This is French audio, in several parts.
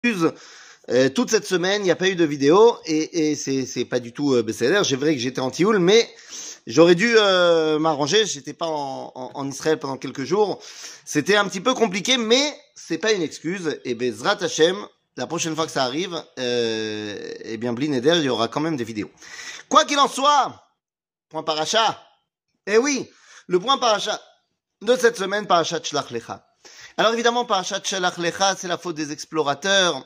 toute cette semaine, il n'y a pas eu de vidéo et c'est pas du tout BCLR. J'ai vrai que j'étais en Tioul, mais j'aurais dû m'arranger. J'étais pas en Israël pendant quelques jours. C'était un petit peu compliqué, mais c'est pas une excuse. Et Bezrat Hashem, la prochaine fois que ça arrive, eh bien Bli Neder, il y aura quand même des vidéos. Quoi qu'il en soit, point paracha. Eh oui, le point paracha de cette semaine, parachat Shlach Lecha. Alors évidemment, parachat Shlach Lecha, c'est la faute des explorateurs.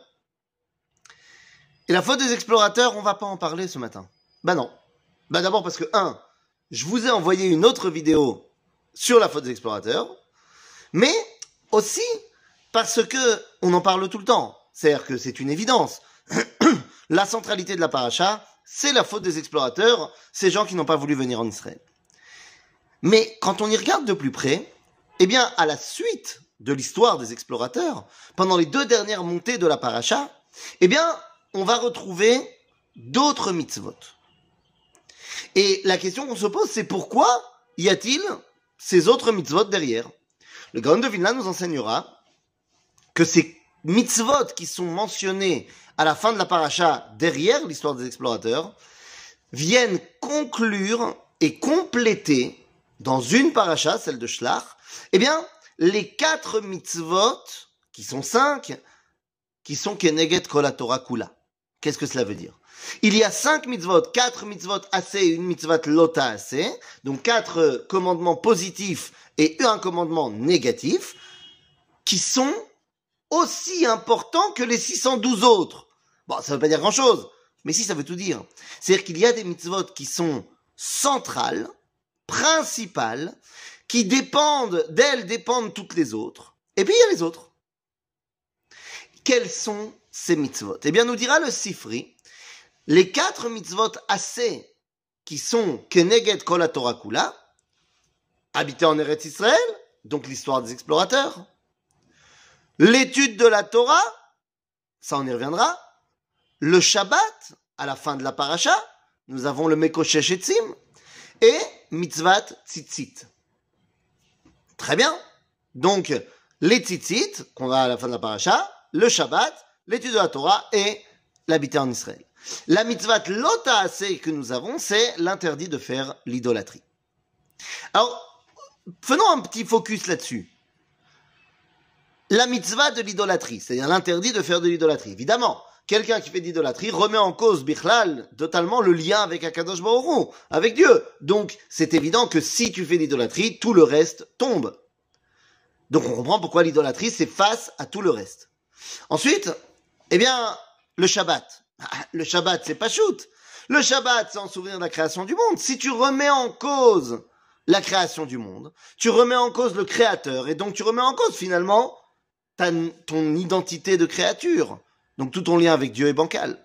Et la faute des explorateurs, on va pas en parler ce matin. Bah non. Bah d'abord parce que, je vous ai envoyé une autre vidéo sur la faute des explorateurs, mais aussi parce que on en parle tout le temps. C'est-à-dire que c'est une évidence. La centralité de la paracha, c'est la faute des explorateurs, ces gens qui n'ont pas voulu venir en Israël. Mais quand on y regarde de plus près, eh bien, à la suite de l'histoire des explorateurs, pendant les 2 dernières montées de la paracha, eh bien, on va retrouver d'autres mitzvot. Et la question qu'on se pose, c'est pourquoi y a-t-il ces autres mitzvot derrière? Le Gaon de Vilna nous enseignera que ces mitzvot qui sont mentionnés à la fin de la paracha derrière l'histoire des explorateurs viennent conclure et compléter dans une paracha, celle de Shlach, eh bien, les 4 mitzvot, qui sont 5, qui sont Keneged Kol HaTorah Kula. Qu'est-ce que cela veut dire? Il y a 5 mitzvot, 4 mitzvot assez et une mitzvot lota assez, donc 4 commandements positifs et un commandement négatif, qui sont aussi importants que les 612 autres. Bon, ça veut pas dire grand-chose, mais si, ça veut tout dire. C'est-à-dire qu'il y a des mitzvot qui sont centrales, principales, qui d'elles dépendent toutes les autres, et puis il y a les autres. Quels sont ces mitzvot? Eh bien, nous dira le Sifri, les 4 mitzvot assez qui sont Keneged Kol HaTorah Kula, habiter en Eretz Israël, donc l'histoire des explorateurs, l'étude de la Torah, ça on y reviendra, le Shabbat, à la fin de la paracha, nous avons le Mekoshesh Etzim, et Mitzvat Tzitzit. Très bien. Donc, les Tzitzit, qu'on a à la fin de la paracha, le Shabbat, l'étude de la Torah et l'habiter en Israël. La mitzvah lota assez que nous avons, c'est l'interdit de faire l'idolâtrie. Alors, faisons un petit focus là-dessus. La mitzvah de l'idolâtrie, c'est-à-dire l'interdit de faire de l'idolâtrie. Évidemment, quelqu'un qui fait de l'idolâtrie remet en cause, bichlal, totalement le lien avec Akadosh Baruch Hu, avec Dieu. Donc, c'est évident que si tu fais l'idolâtrie, tout le reste tombe. Donc, on comprend pourquoi l'idolâtrie, c'est face à tout le reste. Ensuite, eh bien, le Shabbat. Le Shabbat, c'est pas shoot. Le Shabbat, c'est en souvenir de la création du monde. Si tu remets en cause la création du monde, tu remets en cause le Créateur, et donc tu remets en cause, finalement, ton identité de créature. Donc tout ton lien avec Dieu est bancal.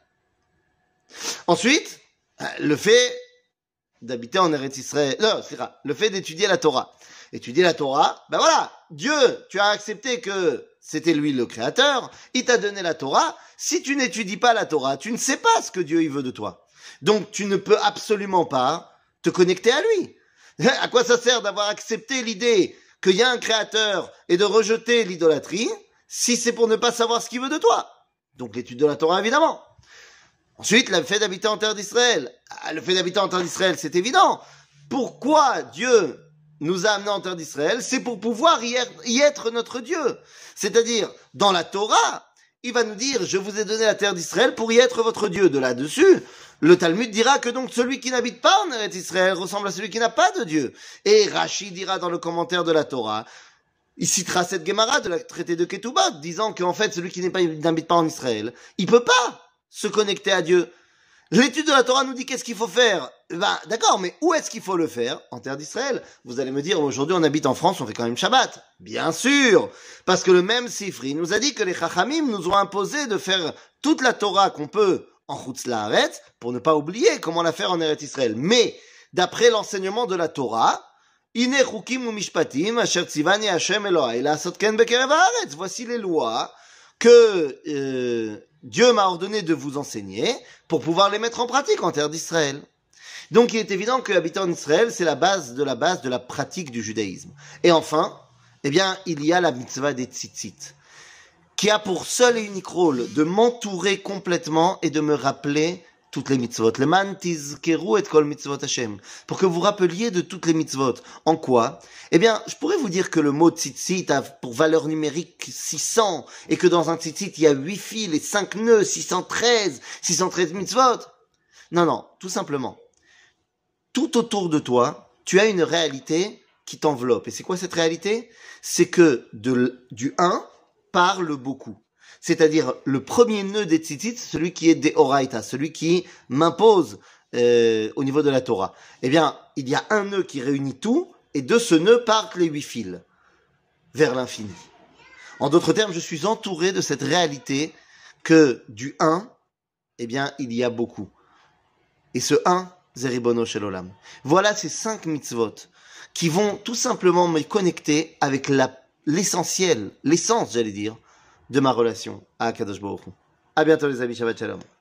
Ensuite, le fait d'habiter en Eretz Israël, le fait d'étudier la Torah. Étudier la Torah, ben voilà, Dieu, tu as accepté que c'était lui le créateur, il t'a donné la Torah. Si tu n'étudies pas la Torah, tu ne sais pas ce que Dieu il veut de toi. Donc tu ne peux absolument pas te connecter à lui. À quoi ça sert d'avoir accepté l'idée qu'il y a un créateur et de rejeter l'idolâtrie si c'est pour ne pas savoir ce qu'il veut de toi? Donc l'étude de la Torah, évidemment. Ensuite, le fait d'habiter en terre d'Israël. Le fait d'habiter en terre d'Israël, c'est évident. Pourquoi Dieu nous a amenés en terre d'Israël? C'est pour pouvoir y être notre Dieu. C'est-à-dire, dans la Torah, il va nous dire, je vous ai donné la terre d'Israël pour y être votre Dieu. De là-dessus, le Talmud dira que donc celui qui n'habite pas en Eretz Israël ressemble à celui qui n'a pas de Dieu. Et Rashi dira dans le commentaire de la Torah, il citera cette Gemara de la traité de Ketubot, disant qu'en fait, celui qui n'habite pas en Israël, il peut pas se connecter à Dieu. L'étude de la Torah nous dit qu'est-ce qu'il faut faire. Ben, d'accord, mais où est-ce qu'il faut le faire? En terre d'Israël. Vous allez me dire, aujourd'hui on habite en France, on fait quand même Shabbat. Bien sûr! Parce que le même Sifri nous a dit que les Chachamim nous ont imposé de faire toute la Torah qu'on peut en Chutz La'aretz, pour ne pas oublier comment la faire en Eretz Israël. Mais, d'après l'enseignement de la Torah, Ine chukim u mishpatim asher tzivani Hashem Elohai la'asot ken bekerev haaretz. Voici les lois que Dieu m'a ordonné de vous enseigner pour pouvoir les mettre en pratique en terre d'Israël. Donc il est évident que habiter en Israël, c'est la base de la pratique du judaïsme. Et enfin, eh bien, il y a la mitzvah des tzitzit. qui a pour seul et unique rôle de m'entourer complètement et de me rappeler toutes les mitzvot. Le man tizkeru et kol mitzvot Hashem. Pour que vous rappeliez de toutes les mitzvot. En quoi? Eh bien, je pourrais vous dire que le mot tzitzit a pour valeur numérique 600 et que dans un tzitzit il y a 8 fils et 5 nœuds, 613 mitzvot. Non, tout simplement. Tout autour de toi, tu as une réalité qui t'enveloppe. Et c'est quoi cette réalité? C'est que du 1 parle beaucoup. C'est-à-dire le premier nœud des tzitzit, celui qui est des oraita, celui qui m'impose au niveau de la Torah. Eh bien, il y a un nœud qui réunit tout, et de ce nœud partent les 8 fils vers l'infini. En d'autres termes, je suis entouré de cette réalité que du 1, eh bien, il y a beaucoup. Et ce 1, Zeribono Shel Olam. Voilà ces 5 mitzvot qui vont tout simplement me connecter avec l'essentiel, l'essence, j'allais dire, de ma relation à Akadosh Baruch Hu. À bientôt les amis, Shabbat Shalom.